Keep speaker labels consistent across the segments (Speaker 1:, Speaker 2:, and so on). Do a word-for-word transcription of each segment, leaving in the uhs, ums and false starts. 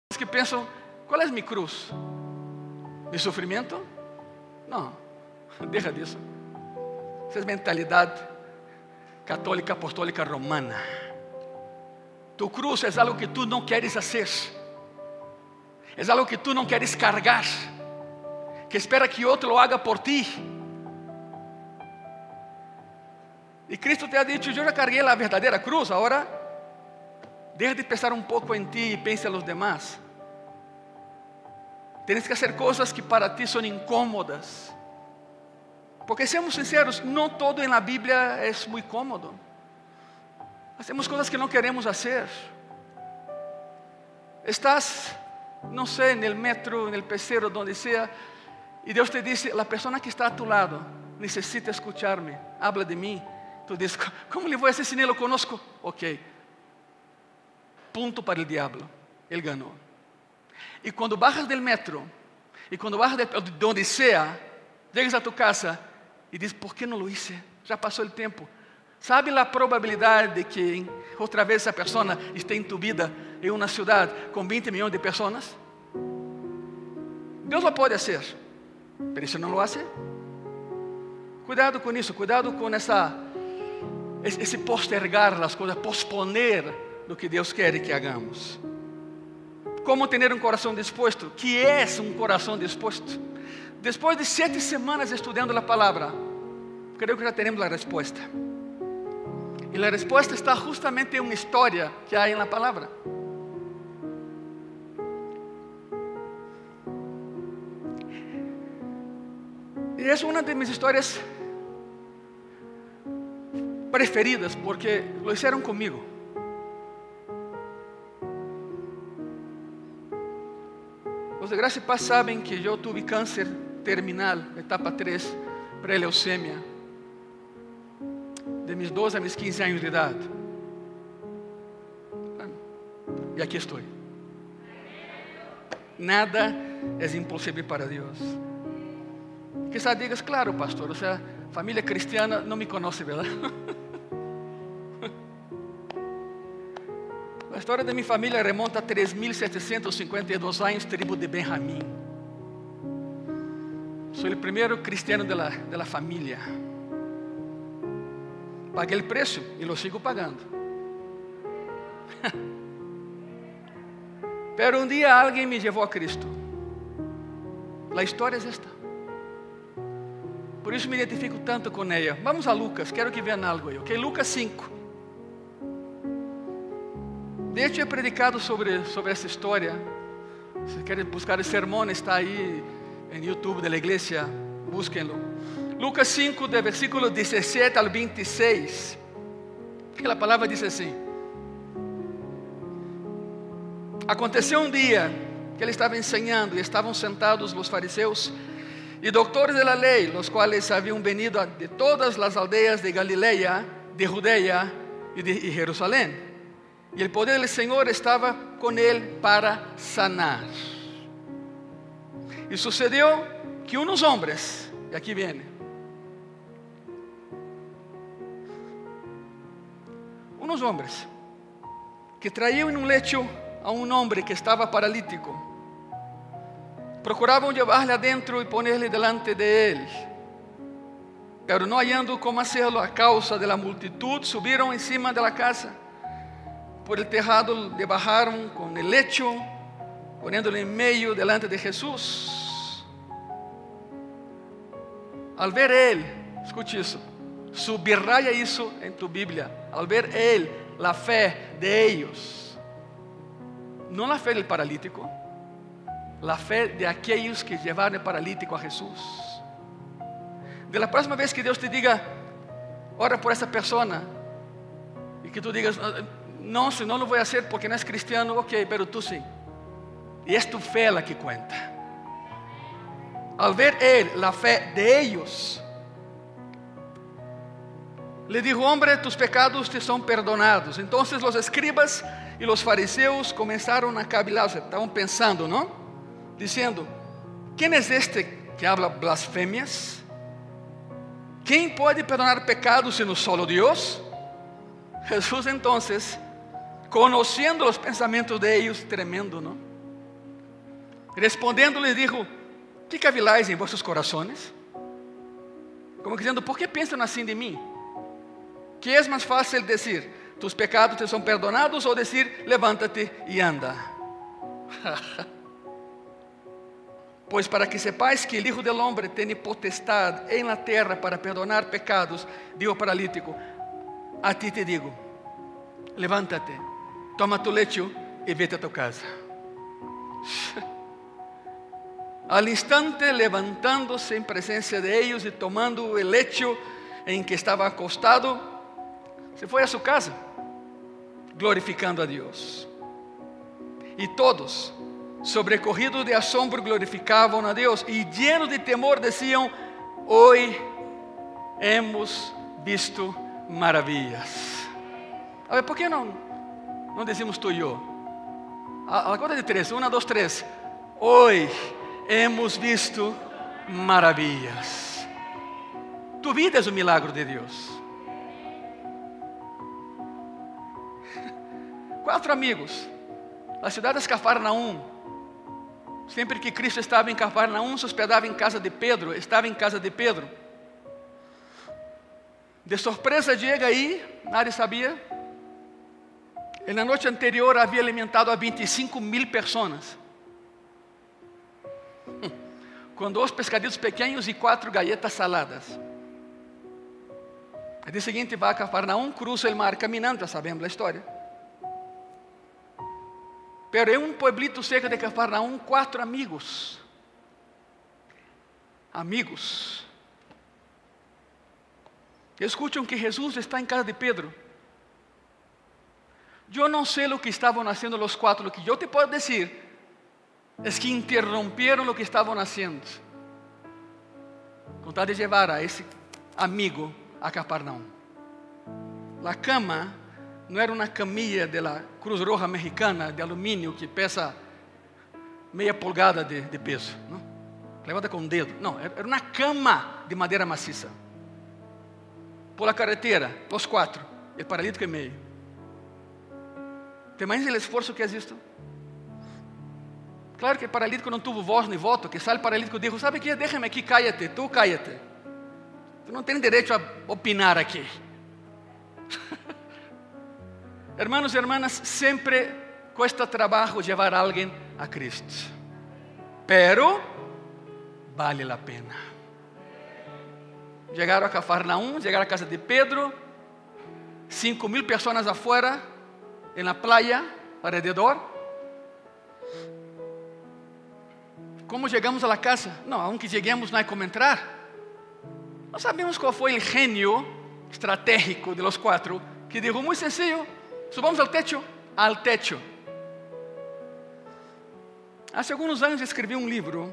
Speaker 1: que piensan, ¿cuál es mi cruz? ¿Mi sufrimiento? No, deja de eso. Esa es mentalidad católica, apostólica, romana. Tu cruz es algo que tú no quieres hacer. Es algo que tú no quieres cargar, que espera que otro lo haga por ti. Y Cristo te ha dicho, yo ya cargué la verdadera cruz, ahora deja de pensar un poco en ti y piensa en los demás. Tienes que hacer cosas que para ti son incómodas. Porque seamos sinceros, no todo en la Biblia es muy cómodo. Hacemos cosas que no queremos hacer. Estás, no sé, en el metro, en el pecero, donde sea, y Dios te dice, la persona que está a tu lado necesita escucharme, habla de mí. Tú dices, ¿cómo le voy a decir si ni lo conozco? Ok, punto para el diablo, él ganó. Y cuando bajas del metro, y cuando bajas de donde sea, llegas a tu casa y dices, ¿por qué no lo hice? Ya pasó el tiempo. ¿Sabe la probabilidad de que otra vez esa persona esté en tu vida en una ciudad con veinte millones de personas? Dios lo puede hacer, pero si no lo hace, cuidado con eso, cuidado con esa, ese postergar las cosas, posponer lo que Dios quiere que hagamos. ¿Cómo tener un corazón dispuesto? ¿Qué es un corazón dispuesto? Después de siete semanas estudiando la palabra, creo que ya tenemos la respuesta. Y la respuesta está justamente en una historia que hay en la palabra. Y es una de mis historias preferidas porque lo hicieron conmigo. Los de Gracia y Paz saben que yo tuve cáncer terminal, etapa tres, preleucemia, de mis doce a mis quince años de edad. Y aquí estoy. Nada es imposible para Dios. Quizás digas, claro, pastor, o sea, familia cristiana no me conoce, ¿verdad? La historia de mi familia remonta a tres mil setecientos cincuenta y dos años, tribu de Benjamín. Soy el primero cristiano de la, de la familia. Pagué el precio y lo sigo pagando. Pero un día alguien me llevó a Cristo. La historia es esta. Por eso me identifico tanto con ella. Vamos a Lucas, quiero que vean algo ahí, ¿ok? Lucas cinco. De hecho, he predicado sobre, sobre esta historia. Si quieren buscar el sermón, está ahí en YouTube de la iglesia, búsquenlo. Lucas cinco, de versículo diecisiete al veintiséis. Que la palabra dice así. Aconteció un día que él estaba enseñando y estaban sentados los fariseos y doctores de la ley, los cuales habían venido de todas las aldeas de Galilea, de Judea y de y Jerusalén. Y el poder del Señor estaba con él para sanar. Y sucedió que unos hombres, y aquí viene, unos hombres que traían en un lecho a un hombre que estaba paralítico, procuraban llevarle adentro y ponerle delante de él. Pero no hallando cómo hacerlo a causa de la multitud, subieron encima de la casa. Por el tejado le bajaron con el lecho, poniéndolo en medio delante de Jesús. Al ver él, escuche eso, subraya eso en tu Biblia. Al ver él la fe de ellos, no la fe del paralítico, la fe de aquellos que llevaron el paralítico a Jesús. De la próxima vez que Dios te diga, ora por esa persona, y que tú digas, no, si no lo voy a hacer porque no es cristiano, ok, pero tú sí. Y es tu fe la que cuenta. Al ver él la fe de ellos, le dijo, hombre, tus pecados te son perdonados. Entonces los escribas y los fariseos comenzaron a cavilar, o sea, estaban pensando, ¿no? Diciendo, ¿quién es este que habla blasfemias? ¿Quién puede perdonar pecados sino solo Dios? Jesús entonces, conociendo los pensamientos de ellos, tremendo, ¿no? Respondiendo les dijo: ¿qué caviláis en vuestros corazones? Como diciendo, ¿por qué piensan así de mí? ¿Qué es más fácil decir, tus pecados te son perdonados, o decir, levántate y anda? Pues para que sepáis que el Hijo del Hombre tiene potestad en la tierra para perdonar pecados, dijo el paralítico, a ti te digo, levántate, toma tu lecho y vete a tu casa. Al instante, levantándose en presencia de ellos y tomando el lecho en que estaba acostado, se fue a su casa, glorificando a Dios. Y todos, sobrecogidos de asombro, glorificaban a Dios, y llenos de temor decían, hoy hemos visto maravillas. A ver, ¿por qué no, no decimos tú y yo? A, a la cuenta de tres, una, dos, tres. Hoy hemos visto maravillas. Tu vida es un milagro de Dios. Cuatro amigos. La ciudad de Cafarnaum. Sempre que Cristo estava em Cafarnaum, se hospedava em casa de Pedro. Estava em casa de Pedro. De surpresa chega aí, nadie sabia. Na noite anterior havia alimentado a vinte e cinco mil pessoas. Com dois pescadinhos pequenos e quatro galletas saladas. No dia seguinte vai a Cafarnaum, cruza o mar caminhando, já sabemos a história. Pero em um pueblito cerca de Cafarnaum, quatro amigos. Amigos. Escutam que Jesus está em casa de Pedro. Eu não sei o que estavam fazendo os quatro, o que eu te posso dizer é que interromperam o que estavam fazendo, com tal de levar a esse amigo a Cafarnaum. A cama não era uma camilla de la Cruz Roja Mexicana de alumínio que pesa meia polgada de, de peso, não? Levanta com o dedo. Não, era uma cama de madeira maciça. Por la carretera, os quatro, o paralítico em meio. ¿Te imaginas el esfuerzo que es esto? Claro que el paralítico no tuvo voz ni voto, que sale el paralítico y dijo, ¿sabe qué? Déjame aquí, cállate, tú cállate. Tú no tienes derecho a opinar aquí. Hermanos y hermanas, siempre cuesta trabajo llevar a alguien a Cristo. Pero vale la pena. Llegaron a Cafarnaum, llegaron a casa de Pedro, cinco mil personas afuera, en la playa, alrededor. ¿Cómo llegamos a la casa? No, aunque lleguemos no hay como entrar. No sabemos cuál fue el genio estratégico de los cuatro, que dijo, muy sencillo, subamos al techo, al techo. Hace algunos años escribí un libro,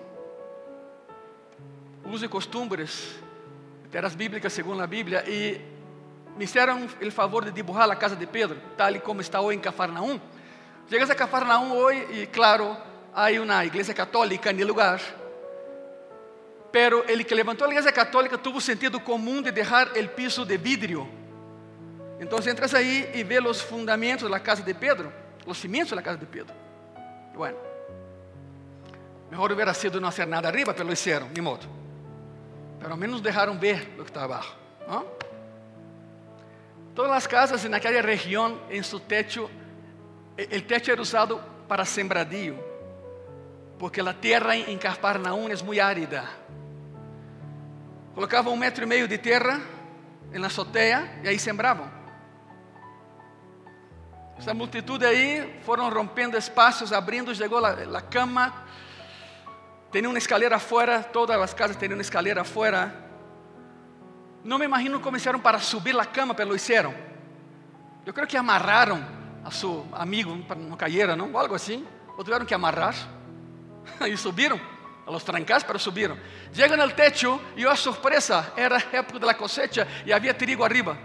Speaker 1: Usos y Costumbres, Teras Bíblicas según la Biblia, y me hicieron el favor de dibujar la casa de Pedro, tal y como está hoy en Cafarnaum. Llegas a Cafarnaum hoy y claro, hay una iglesia católica en el lugar. Pero el que levantó la iglesia católica tuvo sentido común de dejar el piso de vidrio. Entonces entras ahí y ves los fundamentos de la casa de Pedro, los cimientos de la casa de Pedro. Y bueno, mejor hubiera sido no hacer nada arriba, pero lo hicieron, ni modo. Pero al menos dejaron ver lo que está abajo, ¿no? Todas las casas en aquella región, en su techo, el techo era usado para sembradío, porque la tierra en Cafarnaum es muy árida. Colocaban un metro y medio de tierra en la azotea y ahí sembraban. Esa multitud de ahí fueron rompiendo espacios, abriendo, llegó la, la cama, tenía una escalera afuera, todas las casas tenían una escalera afuera. No me imagino cómo hicieron para subir la cama, pero lo hicieron. Yo creo que amarraron a su amigo para que no cayera, ¿no? O algo así. O tuvieron que amarrar. Y subieron a los trancas, pero subieron. Llegan al techo y, oh sorpresa, era época de la cosecha y había trigo arriba.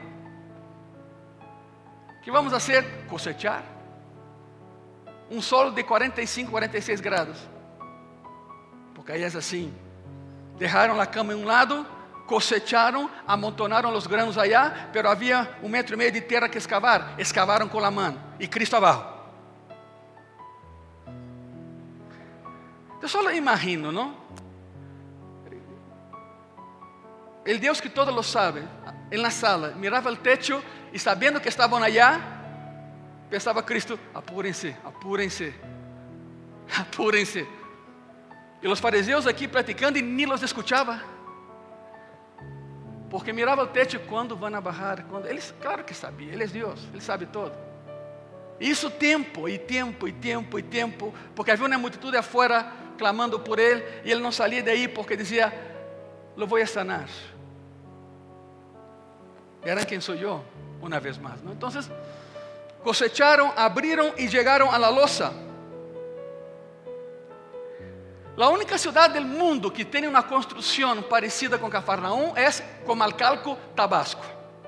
Speaker 1: ¿Qué vamos a hacer? Cosechar. Un sol de cuarenta y cinco, cuarenta y seis grados. Porque ahí es así. Dejaron la cama en un lado, cosecharon, amontonaron los granos allá, pero había un metro y medio de tierra que excavar. Excavaron con la mano y Cristo abajo. Yo solo imagino, ¿no? El Dios que todo lo sabe, en la sala, miraba el techo y sabiendo que estaban allá, pensaba Cristo, apúrense, apúrense, apúrense. Y los fariseos aquí platicando y ni los escuchaba. Porque miraba el techo, ¿cuándo van a bajar? ¿Cuándo? Él, claro que sabía, Él es Dios, Él sabe todo. Hizo tiempo y tiempo y tiempo y tiempo, porque había una multitud de afuera clamando por Él y Él no salía de ahí porque decía, lo voy a sanar. Verán quién soy yo, una vez más, ¿no? Entonces, cosecharon, abrieron y llegaron a la loza. La única ciudad del mundo que tiene una construcción parecida con Cafarnaúm es Comalcalco, Tabasco.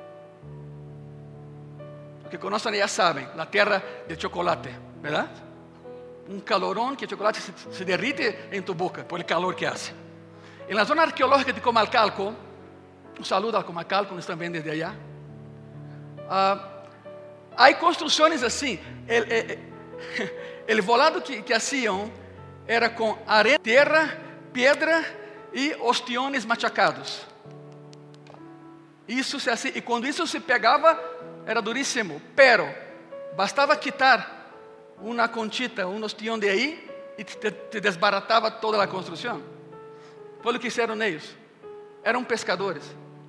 Speaker 1: Los que conocen ya saben, la tierra del chocolate, ¿verdad? Un calorón que el chocolate se, se derrite en tu boca por el calor que hace. En la zona arqueológica de Comalcalco, un saludo a Comalcalco, nos están viendo desde allá. Uh, hay construcciones así. El, el, el volado que, que hacían era con arena, tierra, piedra y ostiones machacados. Isso se hacía, y cuando eso se pegaba era durísimo, pero bastaba quitar una conchita, un ostión de ahí y te, te desbarataba toda la construcción. Fue lo que hicieron ellos. Eran pescadores.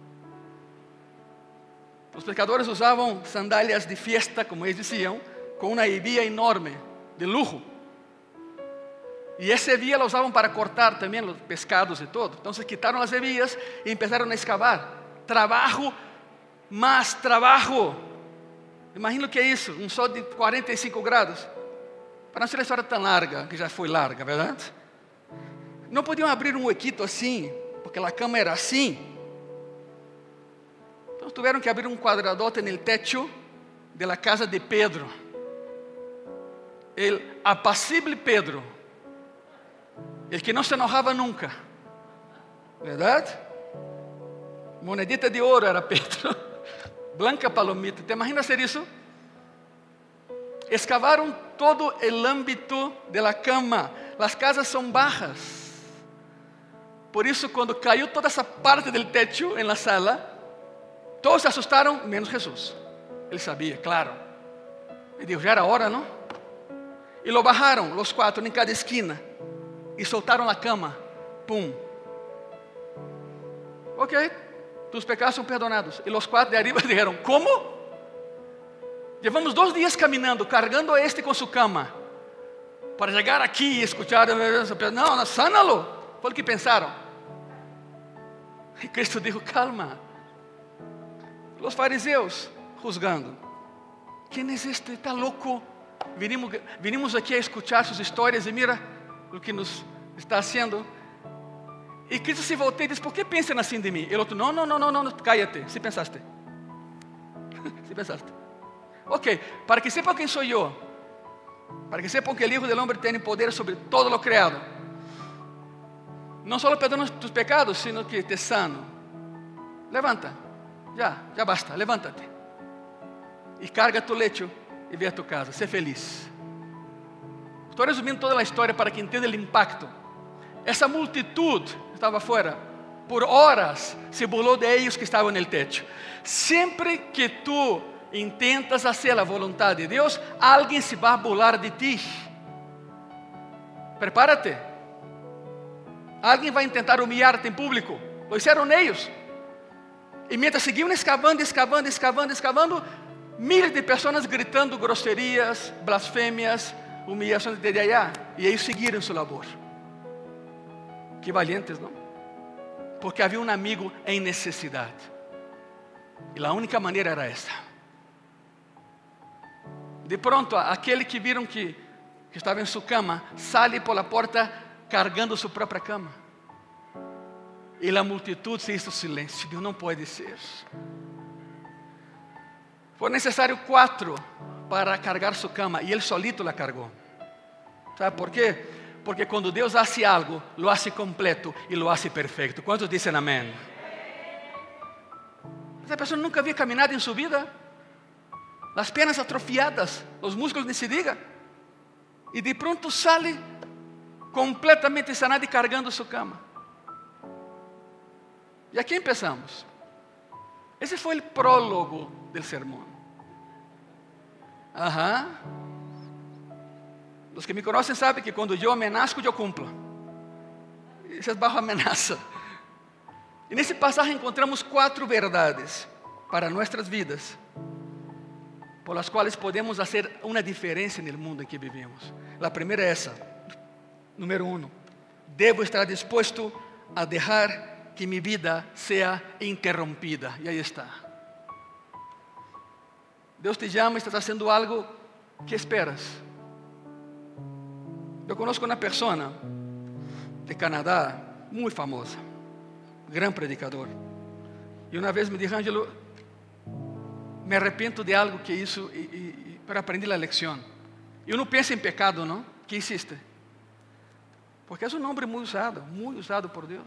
Speaker 1: Los pescadores usaban sandalias de fiesta, como ellos decían, con una hebilla enorme, de lujo. Y esa hebilla la usaban para cortar también los pescados y todo. Entonces quitaron las hebillas y empezaron a excavar. Trabajo, más trabajo. Imagina o que é isso, um sol de cuarenta e cinco graus. Para não ser uma história tão larga, que já foi larga, verdade? Não podiam abrir um huequito assim, porque a cama era assim. Então tiveram que abrir um quadradote no techo de la casa de Pedro. El apacible Pedro. El que não se enojava nunca. Verdade? Monedita de ouro era Pedro. Blanca palomita. ¿Te imaginas hacer isso? Excavaram todo o âmbito de la cama. Las casas são bajas. Por isso, quando caiu toda essa parte del techo en la sala, todos se assustaram, menos Jesús. Ele sabia, claro. Ele dijo, já era hora, não? E lo bajaram, los quatro, em cada esquina. E soltaram a cama. Pum. Ok, tus pecados são perdonados. E os quatro de arriba disseram, como? Llevamos dois dias caminhando, cargando a este com sua cama, para chegar aqui e escuchar. Não, não, sánalo. Foi o que pensaram. E Cristo disse, calma. Os fariseus, juzgando. Quem é este? Está louco. Vinimos, vinimos aqui a escuchar suas histórias e mira o que nos está haciendo. E Cristo se voltou e disse, por que pensam assim de mim? E o outro, não, não, não, não, não, cállate, se pensaste. Se pensaste. Ok, para que sepan quem sou eu, para que sepan que o Hijo del Hombre tem poder sobre todo lo creado, não só perdona tus pecados, sino que te sano. Levanta, já, já basta, levántate. E carga tu lecho e ve a tu casa, sé feliz. Estou resumindo toda a história para que entenda o impacto. Essa multitud estava fora, por horas se burlou de ellos que estavam no techo. Sempre que tu intentas fazer a vontade de Deus, alguém se vai burlar de ti. Prepárate. Alguém vai tentar humilhar-te em público. Lo hicieron ellos. E mientras seguiam escavando, escavando, escavando, escavando, miles de pessoas gritando grosserias, blasfêmias, humillações desde allá. E eles seguiram sua labor. Que valientes, não? Porque havia um amigo em necessidade. E a única maneira era essa. De pronto, aquele que viram que, que estava em sua cama, sai por la porta cargando sua própria cama. E a multitud se hizo silêncio. Deus, não pode ser. Foi necessário quatro para cargar sua cama e ele solito la cargou. ¿Sabe por quê? Porque quando Deus hace algo, lo hace completo e lo hace perfeito. Quantos dizem amém? Essa pessoa nunca havia caminhado em sua vida. As pernas atrofiadas, os músculos nem se diga. E de pronto sale completamente sanada y cargando su cama. Y aquí empezamos. Ese fue el prólogo del sermón. Ajá. Los que me conocen saben que cuando yo amenazo, yo cumplo. Isso é bajo amenaza. E nesse pasaje encontramos quatro verdades para nossas vidas, por las quais podemos fazer uma diferença no mundo em que vivimos. A primeira é essa. Número um. Devo estar disposto a deixar que mi vida seja interrompida. E aí está. Deus te chama e está fazendo algo que esperas. Eu conozco uma pessoa de Canadá, muito famosa, gran predicador. E uma vez me disse, Ângelo, me arrepento de algo que hizo e, e, e, para aprender a lição. Eu não penso em pecado, não? Que hiciste? Porque é um nome muito usado, muito usado por Deus.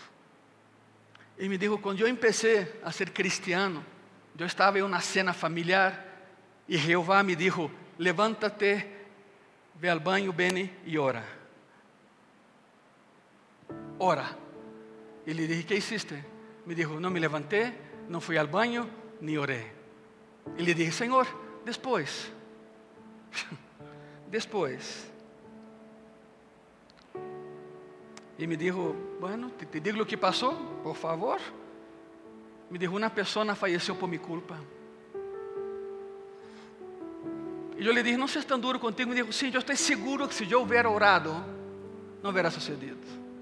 Speaker 1: E me dijo, quando eu empecé a ser cristiano, eu estava em uma cena familiar e Jeová me dijo, levántate, ve al baño, ven e ora. Ora. E lhe dije, ¿qué hiciste? Me dijo, no me levanté, no fui al baño, ni oré. E lhe dije, Senhor, después. Después. E me dijo, bueno, te, te digo o que passou, por favor. Me dijo, uma pessoa faleceu por mi culpa. E eu lhe dije, não seas tão duro contigo. Me dijo, sim, eu estou seguro que se eu houver orado, não haverá sucedido.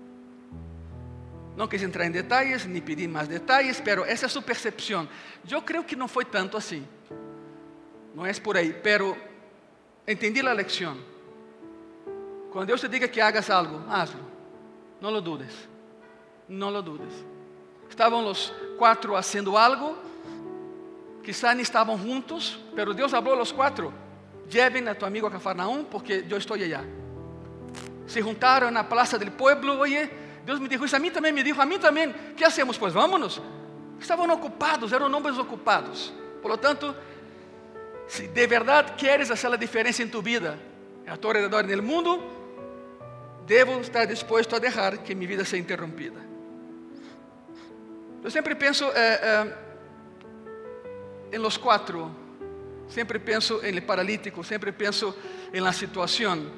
Speaker 1: Não quis entrar em detalhes, nem pedir mais detalhes, pero essa é a sua percepção. Eu creio que não foi tanto assim. Não é por aí, pero entendi a lição. Quando Deus te diga que hagas algo, hazlo. Não lo dudes. Não lo dudes. Estavam os quatro fazendo algo, quizá nem estavam juntos, pero Deus falou a los quatro, lleven a tu amigo a Cafarnaum, porque eu estou allá. Se juntaram na plaza del pueblo, oye, Deus me dijo isso, a mim também me dijo, a mim também, que hacemos? Pues vámonos. Estavam ocupados, eram homens ocupados. Por lo tanto, se de verdade queres fazer a diferença em tu vida, a tu redor no mundo, devo estar disposto a deixar que minha vida seja interrompida. Eu sempre penso eh, eh, em los quatro, sempre penso em el paralítico, sempre penso em la situação.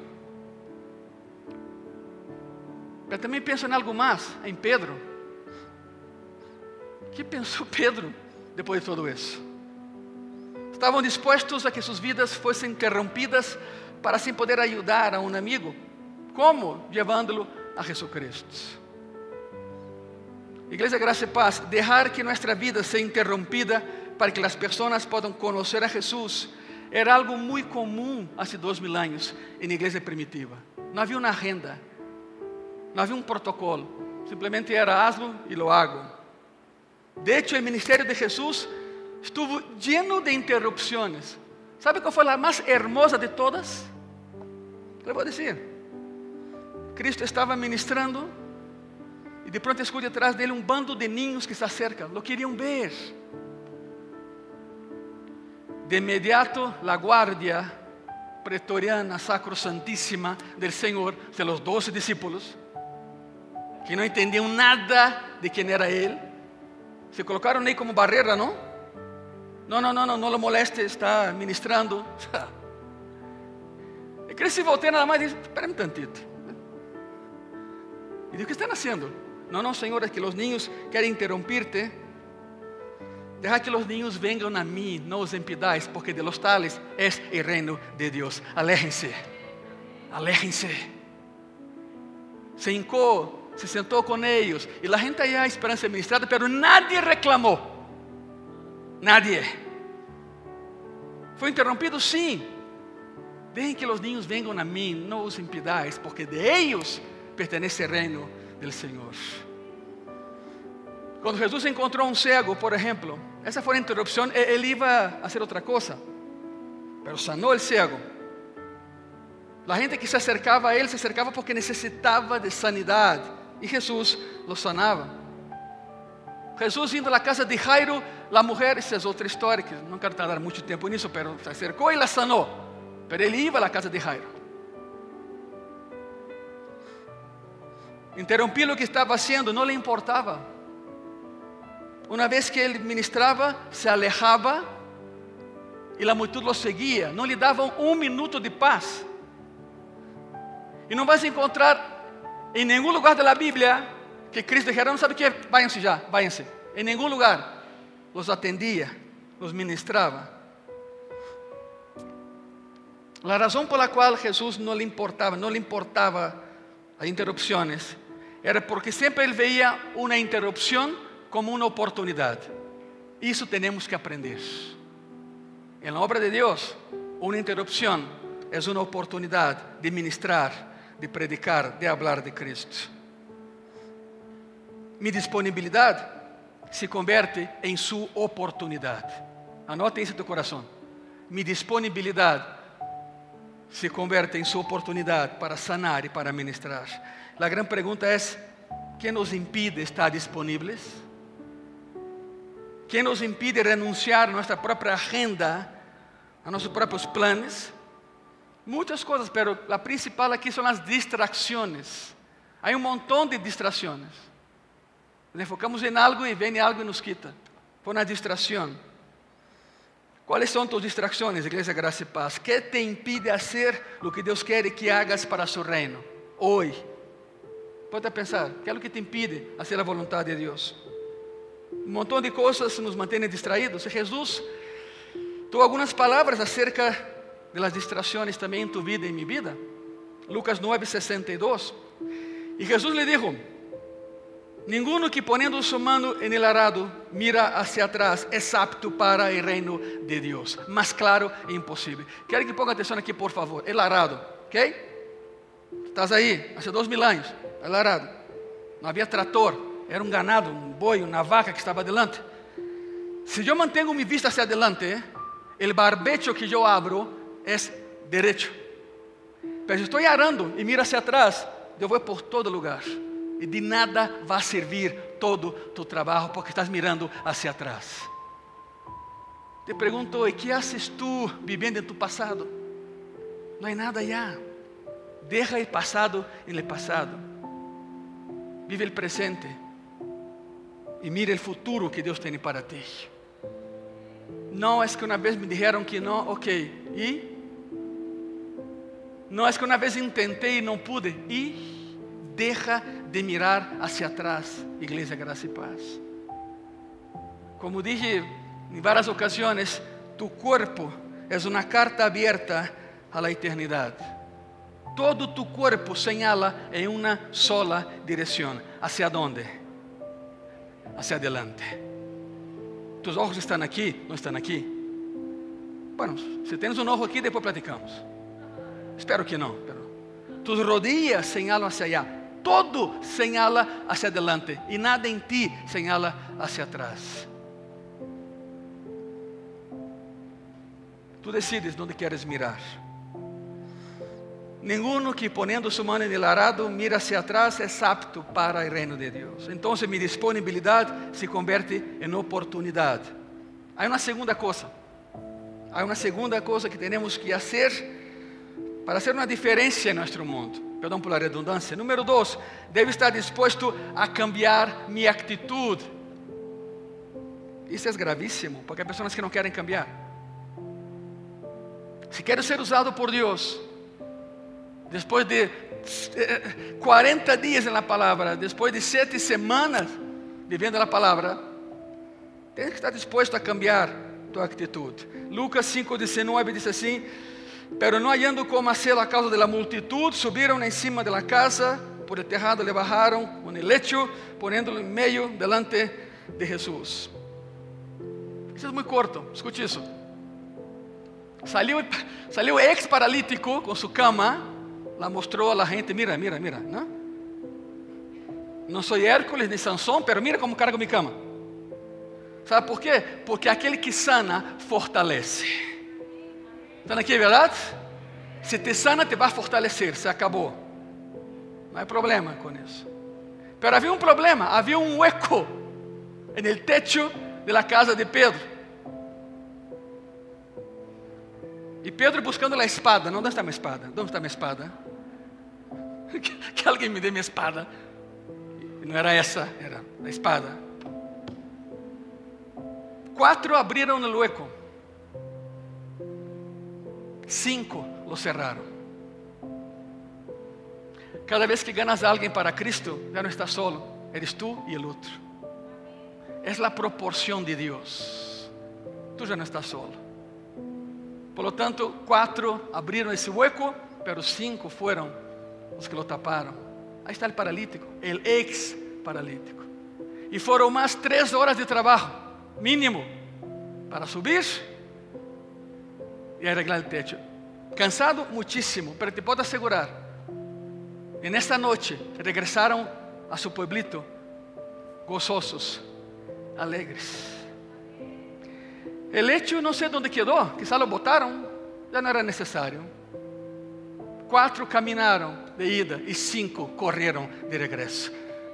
Speaker 1: Mas também penso em algo mais, em Pedro. O que pensou Pedro depois de tudo isso? Estavam dispostos a que suas vidas fossem interrompidas para assim poder ajudar a um amigo. Como? Levando-lo a Jesucristo. Igreja Graça e Paz, deixar que nossa vida seja interrompida para que as pessoas possam conhecer a Jesus era algo muito comum há dois mil anos na igreja primitiva. Não havia uma agenda, não havia um protocolo, simplesmente era hazlo e lo hago. De hecho, o ministério de Jesus estuvo lleno de interrupções. ¿Sabe qual foi a mais hermosa de todas? Le vou dizer. Cristo estava ministrando e de pronto escuta atrás dele um bando de niños que se acercam, lo queriam ver. De imediato, a guardia pretoriana, sacrosantíssima del Senhor, de los doce discípulos, que não entendiam nada de quem era ele, se colocaram aí como barreira, não? Não, não, não, não, não lo moleste, está ministrando. E Cristo se voltou nada mais e disse, espera um tantito. E disse, o que estão fazendo? Não, não, Senhor, é que os niños querem interrompir-te. Deja que os niños vengan a mim, não os impidáis, porque de los tales es el reino de Dios. Aléjense, aléjense. Se hincó, se sentou com eles, e a gente allá esperando ser ministrada, pero nadie reclamou. Nadie. Foi interrompido? Sim. Dejen que os niños vengan a mim, não os impidáis, porque de ellos pertenece o reino del Senhor. Quando Jesus encontrou um cego, por exemplo, essa foi a interrupção, ele ia a fazer outra coisa, mas sanou o cego. A gente que se acercava a ele, se acercava porque necessitava de sanidade, e Jesus lo sanava. Jesus indo à casa de Jairo, a mulher, essa é outra história, que não quero tardar muito tempo nisso, mas se acercou e la sanou, mas ele ia à casa de Jairo. Interrumpir lo que estaba haciendo no le importaba. Una vez que él ministraba, se alejaba y la multitud lo seguía. No le daban un minuto de paz. Y no vas a encontrar en ningún lugar de la Biblia que Cristo dijera, no sabe qué, váyanse ya, váyanse. En ningún lugar los atendía, los ministraba. La razón por la cual Jesús no le importaba, no le importaba las interrupciones, era porque siempre él veía una interrupción como una oportunidad. Eso tenemos que aprender. En la obra de Dios, una interrupción es una oportunidad de ministrar, de predicar, de hablar de Cristo. Mi disponibilidad se convierte en su oportunidad. Anote isso en tu corazón. Mi disponibilidad se convierte en su oportunidad para sanar y para ministrar. La gran pregunta es, ¿qué nos impide estar disponibles? ¿Qué nos impide renunciar a nuestra propia agenda, a nuestros propios planes? Muchas cosas, pero la principal aquí son las distracciones. Hay un montón de distracciones. Nos enfocamos en algo y viene algo y nos quita. Por una distracción. ¿Cuáles son tus distracciones, Iglesia Gracia y Paz? ¿Qué te impide hacer lo que Dios quiere que hagas para su reino? Hoy. Ponte a pensar, ¿qué es lo que te impide hacer la voluntad de Dios? Un montón de cosas nos mantienen distraídos. Y Jesús tuvo algunas palabras acerca de las distracciones también en tu vida y en mi vida. Lucas nueve, sesenta y dos. Y Jesús le dijo, ninguno que poniendo su mano en el arado mira hacia atrás es apto para el reino de Dios. Más claro e imposible. Quiero que ponga atención aquí, por favor. El arado, ¿ok? Estás ahí, hace dos mil años. El arado. No había tractor. Era un ganado, un boi, una vaca que estaba adelante. Si yo mantengo mi vista hacia adelante, el barbecho que yo abro es derecho. Pero si estoy arando y miro hacia atrás, yo voy por todo lugar. Y de nada va a servir todo tu trabajo porque estás mirando hacia atrás. Te pregunto, ¿y qué haces tú viviendo en tu pasado? No hay nada ya. Deja el pasado en el pasado. Vive el presente. Y mira el futuro que Dios tiene para ti. No es que una vez me dijeron que no, ok. ¿Y? No es que una vez intenté y no pude. ¿Y? Deja de mirar hacia atrás, Iglesia Gracia y Paz. Como dije en varias ocasiones, tu cuerpo es una carta abierta a la eternidad. Todo tu cuerpo señala en una sola dirección. ¿Hacia dónde? Hacia adelante. Tus ojos están aquí, no están aquí. Bueno, si tienes un ojo aquí, después platicamos. Espero que no, pero tus rodillas señalan hacia allá. Todo señala hacia adelante y nada en ti señala hacia atrás. Tú decides dónde quieres mirar. Ninguno que poniendo su mano en el arado mira hacia atrás es apto para el reino de Dios. Entonces mi disponibilidad se convierte en oportunidad. Hay una segunda cosa. Hay una segunda cosa que tenemos que hacer para hacer una diferencia en nuestro mundo. Perdón por la redundancia. Número dos, debo estar dispuesto a cambiar mi actitud. Isso é gravíssimo, porque hay personas que no quieren cambiar. Si quiero ser usado por Dios, después de cuarenta días en la palabra, después de siete semanas viviendo la palabra, tienes que estar dispuesto a cambiar tu actitud. Lucas cinco, diecinueve dice así: pero no hallando cómo hacerlo a causa de la multitud, subieron encima de la casa, por el tejado le bajaron con el lecho, poniéndolo en medio delante de Jesús. Eso es muy corto, escuche eso. Salió, salió ex paralítico con su cama, la mostró a la gente, mira, mira, mira, ¿no? No soy Hércules ni Sansón, pero mira cómo cargo mi cama. ¿Sabe por qué? Porque aquele que sana, fortalece. ¿Están aquí, verdad? Si te sana, te va a fortalecer, se acabó. No hay problema con eso. Pero había un problema, había un hueco en el techo de la casa de Pedro. Y Pedro buscando la espada. ¿Dónde está mi espada? ¿Dónde está mi espada? Que, que alguien me dé mi espada. no era esa, era la espada. Cuatro abrieron el hueco, cinco lo cerraron. Cada vez que ganas a alguien para Cristo, ya no estás solo, eres tú y el otro. Es la proporción de Dios. Tú ya no estás solo. Por lo tanto, cuatro abrieron ese hueco, pero cinco fueron los que lo taparon. Ahí está el paralítico, el ex paralítico. Y fueron más tres horas de trabajo, mínimo, para subir y arreglar el techo. Cansado muchísimo, pero te puedo asegurar, en esta noche regresaron a su pueblito gozosos, alegres. El hecho no sé dónde quedó, quizá lo botaron, ya no era necesario. Cuatro caminaron de ida y cinco corrieron de regreso.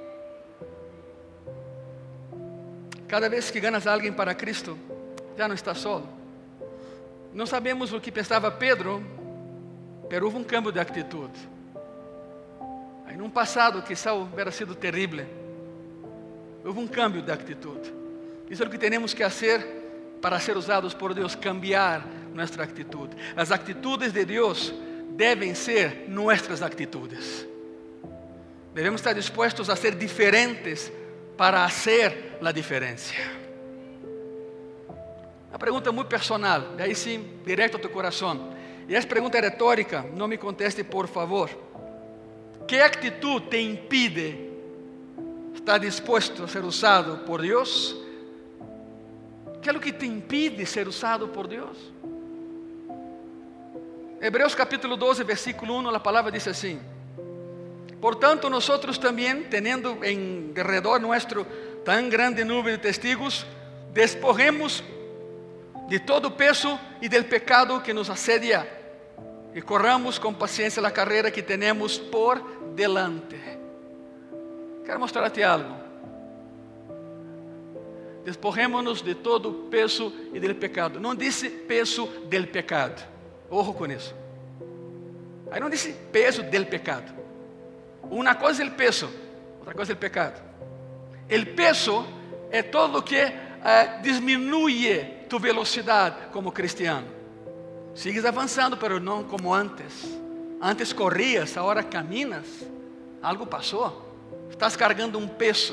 Speaker 1: Cada vez que ganas a alguien para Cristo, ya no estás solo. No sabemos lo que pensaba Pedro, pero hubo un cambio de actitud. En un pasado quizá hubiera sido terrible. Hubo un cambio de actitud. Eso es lo que tenemos que hacer para ser usados por Dios, cambiar nuestra actitud. Las actitudes de Dios deben ser nuestras actitudes. Debemos estar dispuestos a ser diferentes para hacer la diferencia. Una pregunta muy personal, de ahí sí, directo a tu corazón. Y es pregunta retórica, no me conteste por favor. ¿Qué actitud te impide estar dispuesto a ser usado por Dios? ¿Qué es lo que te impide ser usado por Dios? Hebreos capítulo doce, versículo uno, la palabra dice así: por tanto nosotros también, teniendo en derredor nuestro tan grande nube de testigos, despojemos de todo peso y del pecado que nos asedia, y corramos con paciencia la carrera que tenemos por delante. Quiero mostrarte algo. Despojémonos de todo peso y del pecado. No dice peso del pecado. Ojo con eso. Ahí no dice peso del pecado. Una cosa es el peso, otra cosa es el pecado. El peso es todo lo que uh, disminuye tu velocidad como cristiano. Sigues avanzando, pero no como antes. Antes corrías, ahora caminas. Algo pasó. Estás cargando un peso.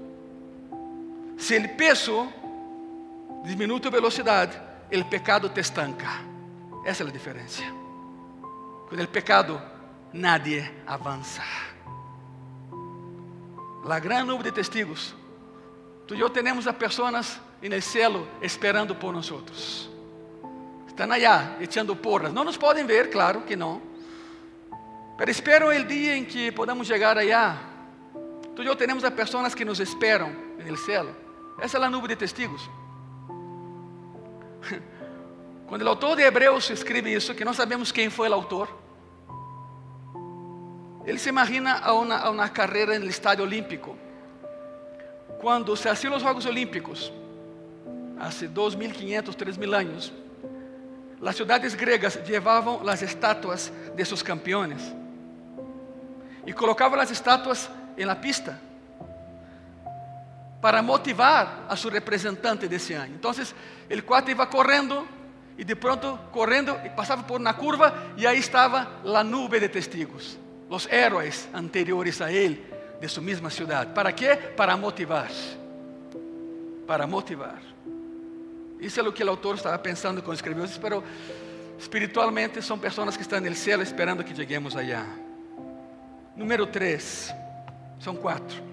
Speaker 1: Si el peso diminui tu velocidad, el pecado te estanca. Esa es la diferencia. Con el pecado nadie avanza. La gran nube de testigos. Tú y yo tenemos a personas en el cielo esperando por nosotros. Están allá echando porras. No nos pueden ver, claro que no. Pero espero el día en que podamos llegar allá. Tú y yo tenemos a personas que nos esperan en el cielo. Esa es la nube de testigos. Cuando el autor de Hebreos escribe eso, que no sabemos quién fue el autor, él se imagina a una, a una carrera en el estadio olímpico. Cuando se hacían los Juegos Olímpicos, hace dos mil quinientos, tres mil años, las ciudades griegas llevaban las estatuas de sus campeones y colocaban las estatuas en la pista para motivar a su representante de ese año. Entonces el cuate iba corriendo y de pronto corriendo y pasaba por una curva y ahí estaba la nube de testigos, los héroes anteriores a él de su misma ciudad. ¿Para qué? Para motivar. Para motivar. Eso es lo que el autor estaba pensando cuando escribió eso, pero espiritualmente son personas que están en el cielo esperando que lleguemos allá. Número tres, son cuatro.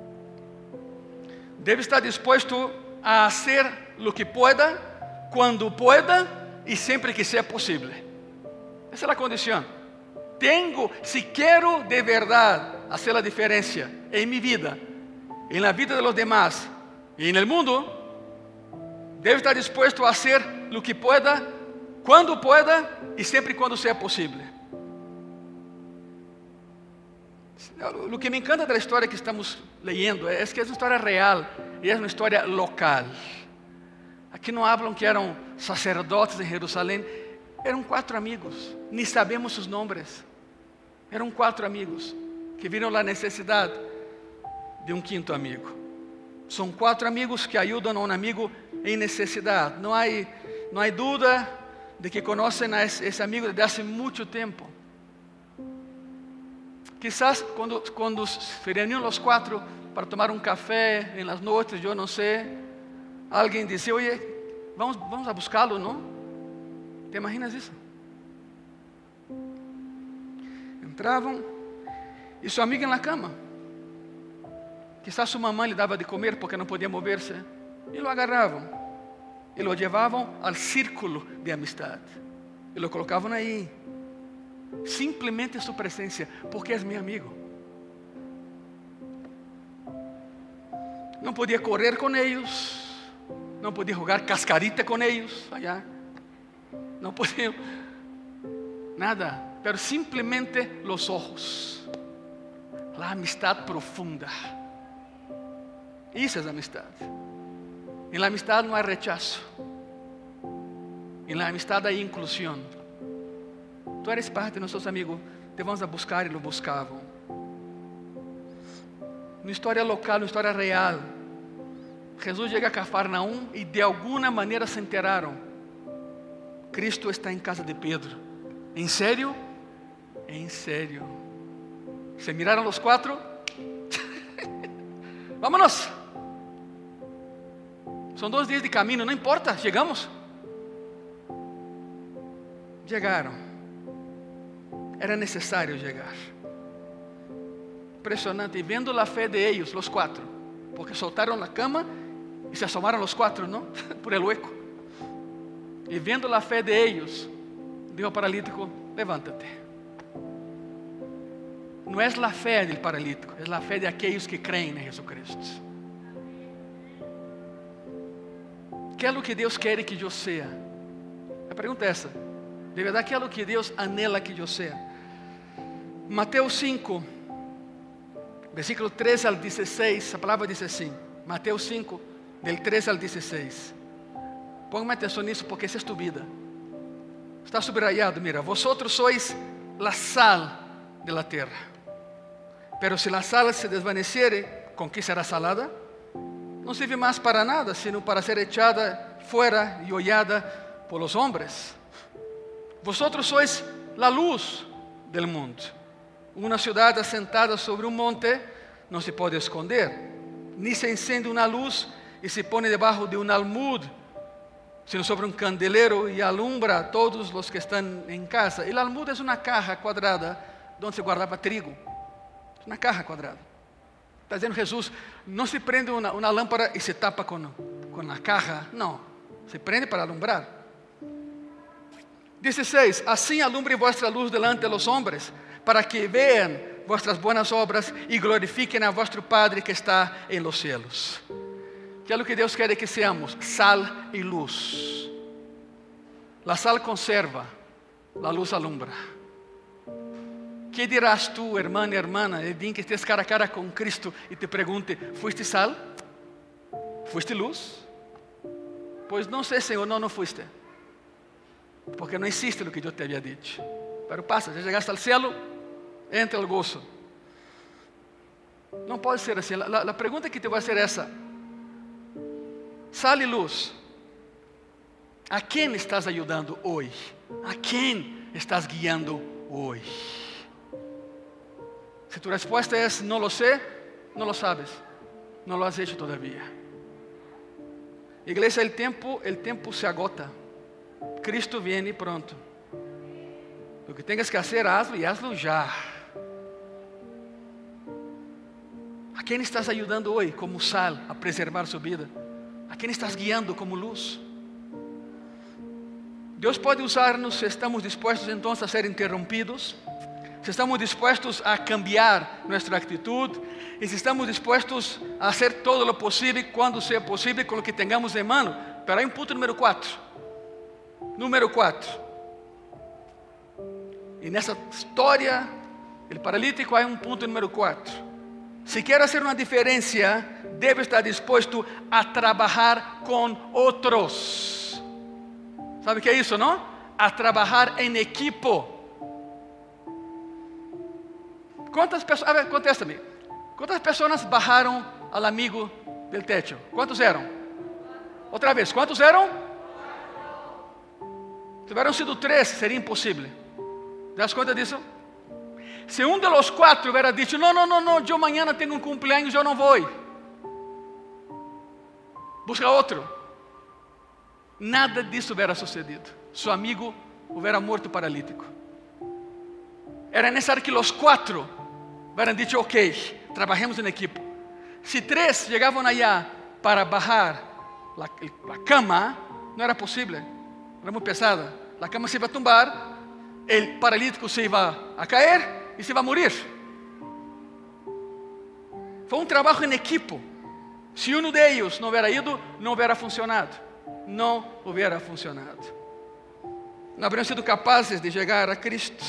Speaker 1: Debe estar dispuesto a hacer lo que pueda, cuando pueda y siempre que sea posible. Esa es la condición. Tengo, si quiero de verdad hacer la diferencia en mi vida, en la vida de los demás y en el mundo, debe estar dispuesto a hacer lo que pueda, cuando pueda y siempre y cuando sea posible. Lo que me encanta de la historia que estamos leyendo es que es una historia real y es una historia local. Aquí no hablan que eran sacerdotes en Jerusalén, eran cuatro amigos, ni sabemos sus nombres. Eran cuatro amigos que vieron la necesidad de um quinto amigo. São quatro amigos que ajudam a um amigo em necessidade. Não há, não há dúvida de que conhecem a esse amigo desde há muito tempo. Quizás quando, quando se reuniam os quatro para tomar um café em las noites, eu não sei, alguém dizia, oye, vamos, vamos a buscá-lo, não? ¿Te imaginas isso? Entravam e seu amigo na cama. Quizás sua mamãe lhe dava de comer porque não podia mover-se. E lo agarravam. E lo levavam ao círculo de amistade. E lo colocavam aí. Simplesmente sua presença, porque é meu amigo. Não podia correr com eles. Não podia jogar cascarita com eles. Allá. Não podia. Nada. Pero simplesmente los ojos. La amistad profunda. Isso é amistade. Em la amistad não há rechazo. Em la amistad há inclusão. Tu eres parte de nossos amigos. Te vamos a buscar e lo buscavam. Uma história local, uma história real. Jesus chega a Cafarnaum e de alguma maneira se enteraram. Cristo está em casa de Pedro. ¿En serio? En serio. Se miraram os quatro. Vámonos. São dois dias de caminho, não importa, chegamos. Chegaram. Era necessário chegar. Impressionante. E vendo a fé de eles, os quatro, porque soltaram a cama e se asomaram os quatro, não? Por el hueco. E vendo a fé de eles, dijo ao paralítico: levántate. Não é a fé do paralítico, é a fé de aqueles que creem em Jesucristo. Que é o que Deus quer que eu seja? A pergunta é essa. De verdade, que é o que Deus anela que eu seja? Mateus cinco, versículo treze al dezesseis, a palavra diz assim. Mateus cinco, del treze al dezesseis. Põe atenção nisso, porque essa é tu vida. Está subrayado, mira. Vosotros sois la sal de la terra. Pero si la sal se desvaneciere, ¿con qué será salada? No sirve más para nada, sino para ser echada fuera y hollada por los hombres. Vosotros sois la luz del mundo. Una ciudad asentada sobre un monte no se puede esconder, ni se enciende una luz y se pone debajo de un almud, sino sobre un candelero y alumbra a todos los que están en casa. El almud es una caja cuadrada donde se guardaba trigo. Es una caja cuadrada. Está dizendo Jesús, não se prende uma, uma lâmpada e se tapa com, com a caja. Não, se prende para alumbrar. dezesseis. Assim alumbre vuestra luz delante de los hombres, para que vean vuestras buenas obras e glorifiquem a vuestro Padre que está en los cielos. Que é o que Deus quer que seamos? Sal e luz. La sal conserva, la luz alumbra. Que dirás tu, hermano e hermana, el día que estés cara a cara com Cristo e te pergunte, ¿fuiste sal? ¿Fuiste luz? Pois não sei, Senhor, não, não fuiste. Porque não existe o que eu te havia dito. Pero passa, já chegaste ao cielo, entra o gozo. Não pode ser assim. A pergunta que te vou fazer é essa. Sal e luz. ¿A quem estás ajudando hoje? ¿A quem estás guiando hoje? Se tu resposta é, não lo sé, não lo sabes, não lo has hecho todavía. Igreja, el tempo, el tempo se agota. Cristo viene pronto. O que tengas que hacer, hazlo y hazlo já. ¿A quem estás ayudando hoy como sal a preservar su vida? ¿A quem estás guiando como luz? Deus pode usar-nos se estamos dispostos então a ser interrompidos. Se estamos dispuestos a cambiar nuestra actitud y si estamos dispuestos a hacer todo lo posible cuando sea posible con lo que tengamos en mano. Pero hay un punto número cuatro. Número cuatro. En esa historia, el paralítico, hay un punto número cuatro. Si quiere hacer una diferencia, debe estar dispuesto a trabajar con otros. ¿Sabe qué es eso, no? A trabajar en equipo. ¿Cuántas personas, a ver, contéstame, ¿Cuántas personas bajaron al amigo del techo? ¿Cuántos eran? Otra vez, ¿cuántos eran? Si hubieran sido tres, sería imposible. ¿Te das cuenta de eso? Si uno de los cuatro hubiera dicho, no, no, no, no, yo mañana tengo un cumpleaños, yo no voy. Busca otro. Nada de eso hubiera sucedido. Su amigo hubiera muerto paralítico. Era necesario que los cuatro hubieran dicho, ok, trabajemos en equipo. Si tres llegaban allá para bajar la, la cama, no era posible, era muy pesada. La cama se iba a tumbar, el paralítico se iba a caer y se iba a morir. Fue un trabajo en equipo. Si uno de ellos no hubiera ido, no hubiera funcionado. No hubiera funcionado. No habrían sido capaces de llegar a Cristo.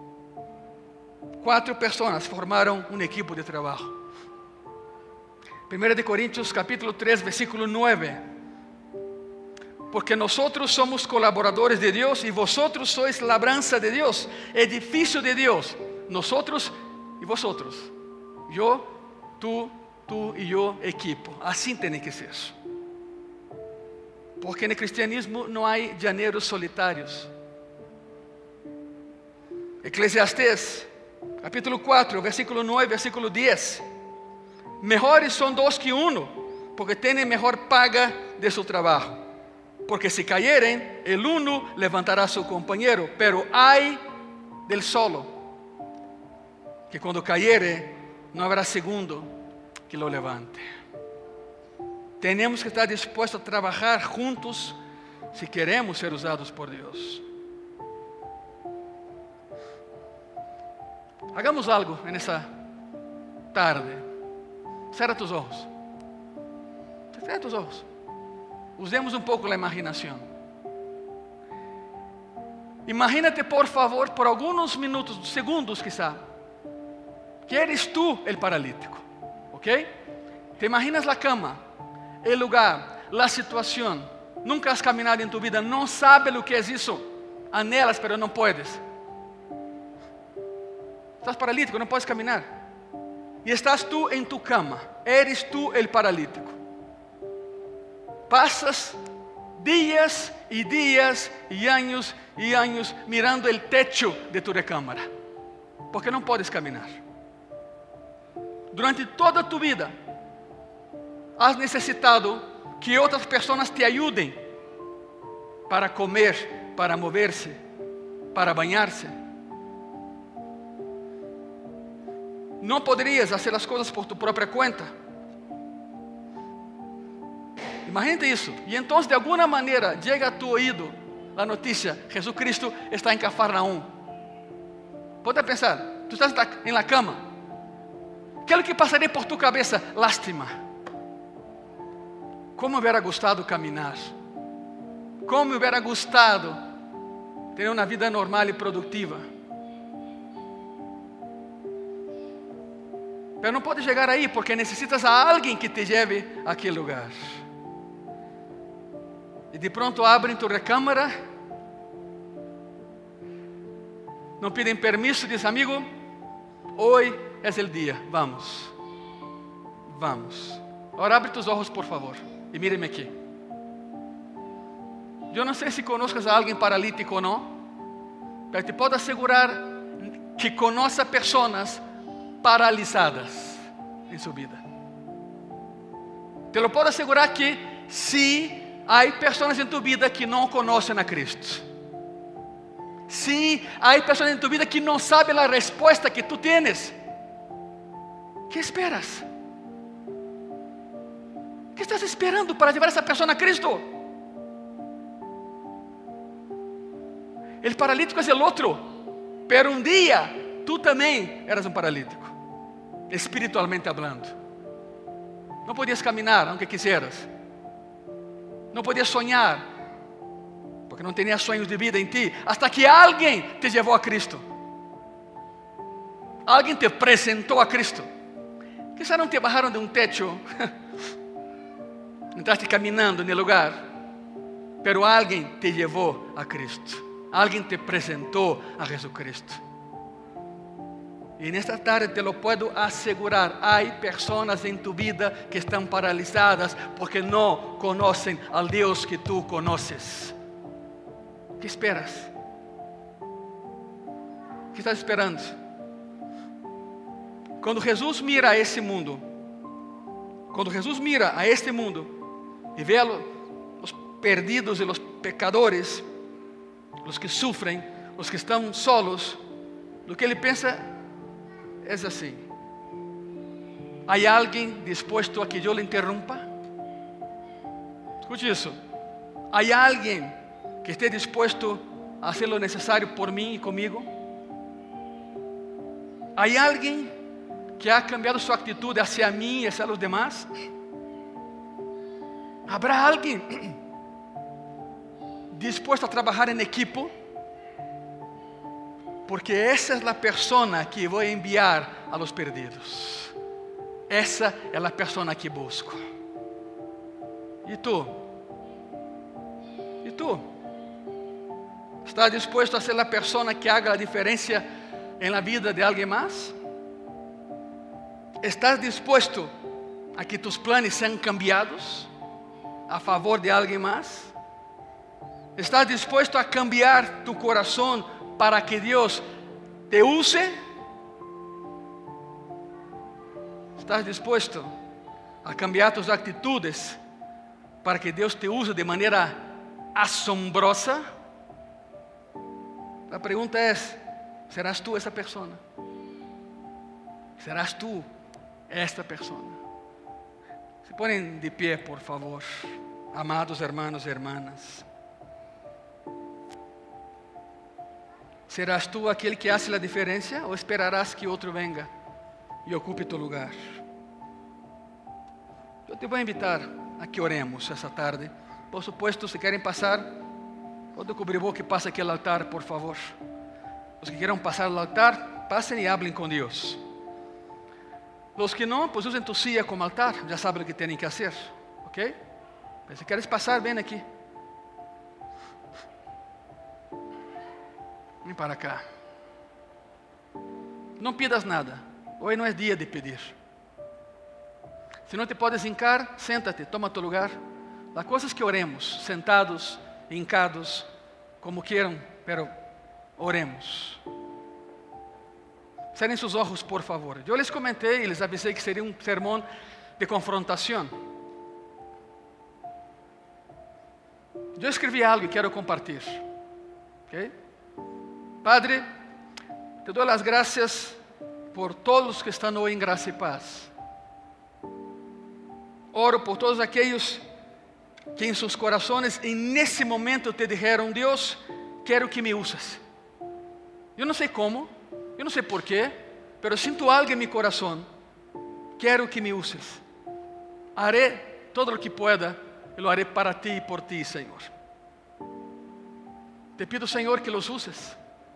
Speaker 1: Cuatro personas formaron un equipo de trabajo. Primera de Corintios capítulo tres, versículo nueve. Porque nosotros somos colaboradores de Dios y vosotros sois labranza de Dios, edificio de Dios. Nosotros y vosotros. Yo, tú, tú y yo, equipo. Así tiene que ser. Porque en el cristianismo no hay llaneros solitarios. Eclesiastés capítulo cuatro, versículo nueve, versículo diez. Mejores son dos que uno, porque tienen mejor paga de su trabajo. Porque si cayeren, el uno levantará a su compañero. Pero hay del solo, que cuando cayere, no habrá segundo que lo levante. Tenemos que estar dispuestos a trabajar juntos si queremos ser usados por Dios. Hagamos algo en esta tarde. Cierra tus ojos. Cierra tus ojos. Usemos un poco la imaginación. Imagínate por favor, por algunos minutos, segundos quizá, que eres tú el paralítico. ¿Ok? Te imaginas la cama, el lugar, la situación. Nunca has caminado en tu vida, no sabes lo que es eso. Anhelas, pero no puedes. Estás paralítico, no puedes caminar. Y estás tú en tu cama. Eres tú el paralítico. Pasas días y días y años y años mirando el techo de tu recámara. Porque no puedes caminar. Durante toda tu vida has necesitado que otras personas te ayuden para comer, para moverse, para bañarse. No podrías hacer las cosas por tu propia cuenta. Imagínate eso. Y entonces de alguna manera llega a tu oído la noticia: Jesucristo está en Cafarnaúm. Ponte a pensar, tú estás en la cama. ¿Qué es lo que pasaría por tu cabeza? Lástima. ¿Cómo me hubiera gustado caminar? ¿Cómo me hubiera gustado tener una vida normal y productiva? Pero no puedes llegar ahí porque necesitas a alguien que te lleve a aquel lugar. Y de pronto abren tu recámara, no piden permiso, dicen: amigo, hoy es el día, vamos, vamos. Ahora abre tus ojos por favor y míreme aquí. Yo no sé si conozcas a alguien paralítico o no, pero te puedo asegurar que conoce a personas paralizadas en su vida. Te lo puedo asegurar que sí hay personas en tu vida que no conocen a Cristo. Sí hay personas en tu vida que no saben la respuesta que tú tienes. ¿Qué esperas? ¿Qué estás esperando para llevar a esa persona a Cristo? El paralítico es el otro, pero un día tú también eras un paralítico, espiritualmente hablando. No podías caminar aunque quisieras. No podías soñar porque no tenías sueños de vida en ti, hasta que alguien te llevó a Cristo. Alguien te presentó a Cristo. Quizá no te bajaron de un techo, entraste caminando en el lugar, pero alguien te llevó a Cristo. Alguien te presentó a Jesucristo. Y en esta tarde te lo puedo asegurar, hay personas en tu vida que están paralizadas porque no conocen al Dios que tú conoces. ¿Qué esperas? ¿Qué estás esperando? Cuando Jesús mira a ese mundo, cuando Jesús mira a este mundo y ve a los, los perdidos y los pecadores, los que sufren, los que están solos, lo que Él piensa es así: ¿hay alguien dispuesto a que yo le interrumpa? Escuche eso. ¿Hay alguien que esté dispuesto a hacer lo necesario por mí y conmigo? ¿Hay alguien que ha cambiado su actitud hacia mí y hacia los demás? ¿Habrá alguien dispuesto a trabajar en equipo? Porque esa es la persona que voy a enviar a los perdidos. Esa es la persona que busco. ¿Y tú? ¿Y tú? ¿Estás dispuesto a ser la persona que haga la diferencia en la vida de alguien más? ¿Estás dispuesto a que tus planes sean cambiados a favor de alguien más? ¿Estás dispuesto a cambiar tu corazón para que Dios te use? ¿Estás dispuesto a cambiar tus actitudes para que Dios te use de manera asombrosa? La pregunta es: ¿serás tú esa persona? ¿Serás tú esta persona? Se ponen de pie, por favor, amados hermanos y hermanas. ¿Serás tú aquel que hace la diferencia o esperarás que otro venga y ocupe tu lugar? Yo te voy a invitar a que oremos esta tarde. Por supuesto, si quieren pasar, todo cubrebocas que pasa aquí al altar, por favor. Los que quieran pasar al altar, pasen y hablen con Dios. Los que no, pues usen tu silla como altar, ya saben lo que tienen que hacer, ¿ok? Pero si quieres pasar, ven aquí. Ven para acá. No pidas nada, hoy no es día de pedir. Si no te puedes hincar, siéntate, toma tu lugar. La cosa es que oremos, sentados, hincados, como quieran, pero oremos. Cerrem sus ojos, por favor. Yo les comenté y les avisé que sería un sermón de confrontación. Yo escribí algo y quiero compartir. ¿Okay? Padre, te doy las gracias por todos los que están hoy en Gracia y Paz. Oro por todos aquellos que en sus corazones en ese momento te dijeron: Dios, quiero que me uses. Yo no sé cómo, yo no sé por qué, pero siento algo en mi corazón. Quiero que me uses. Haré todo lo que pueda y lo haré para ti y por ti, Señor. Te pido, Señor, que los uses.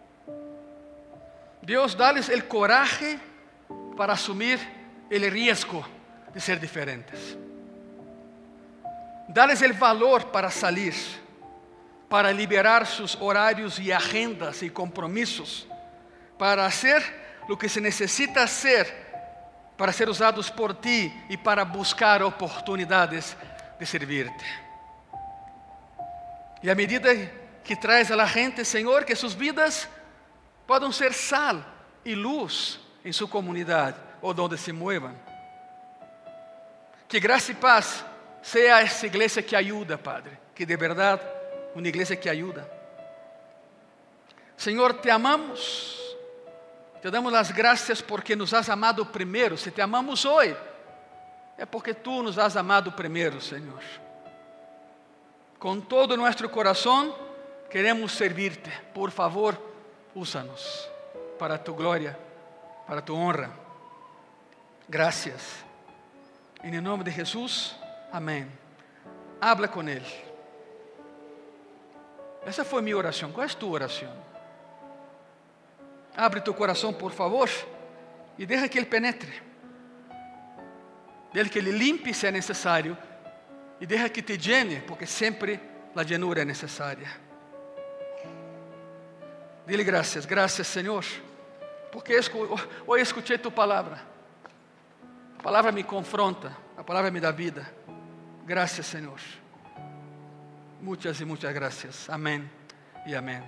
Speaker 1: Dios, dales el coraje para asumir el riesgo de ser diferentes. Dales el valor para salir, para liberar sus horarios y agendas y compromisos, para hacer lo que se necesita hacer para ser usados por ti y para buscar oportunidades de servirte. Y a medida que traes a la gente, Señor, que sus vidas puedan ser sal y luz en su comunidad o donde se muevan. Que Gracia y Paz sea esa iglesia que ayuda, Padre, que de verdad una iglesia que ayuda. Señor, te amamos, te damos las gracias porque nos has amado primero. Si te amamos hoy, es porque tú nos has amado primero, Señor. Con todo nuestro corazón queremos servirte. Por favor, úsanos para tu gloria, para tu honra. Gracias. En el nombre de Jesús, amén. Habla con Él. Esa fue mi oración. ¿Cuál es tu oración? Abre tu corazón, por favor, y deja que Él penetre. Deja que Ele limpie se é necessário e deja que te llene, porque sempre a llenura é necessária. Dile gracias, gracias, Senhor, porque hoy escuché tu palabra. La palabra me confronta, la palabra me da vida. Gracias, Señor. Muchas y muchas gracias. Amén y amén.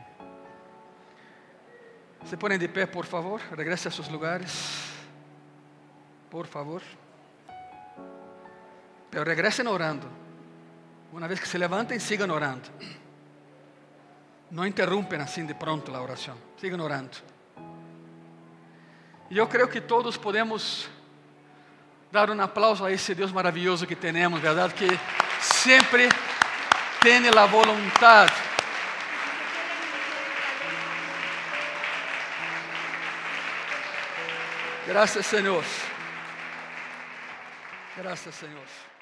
Speaker 1: Se ponen de pie, por favor. Regrese a sus lugares. Por favor. Pero regresen orando. Una vez que se levanten, sigan orando. No interrumpen así de pronto la oración. Sigan orando. Yo creo que todos podemos dar un aplauso a ese Dios maravilloso que tenemos, ¿verdad? Que siempre tiene la voluntad. Gracias, Señor. Gracias, Señor.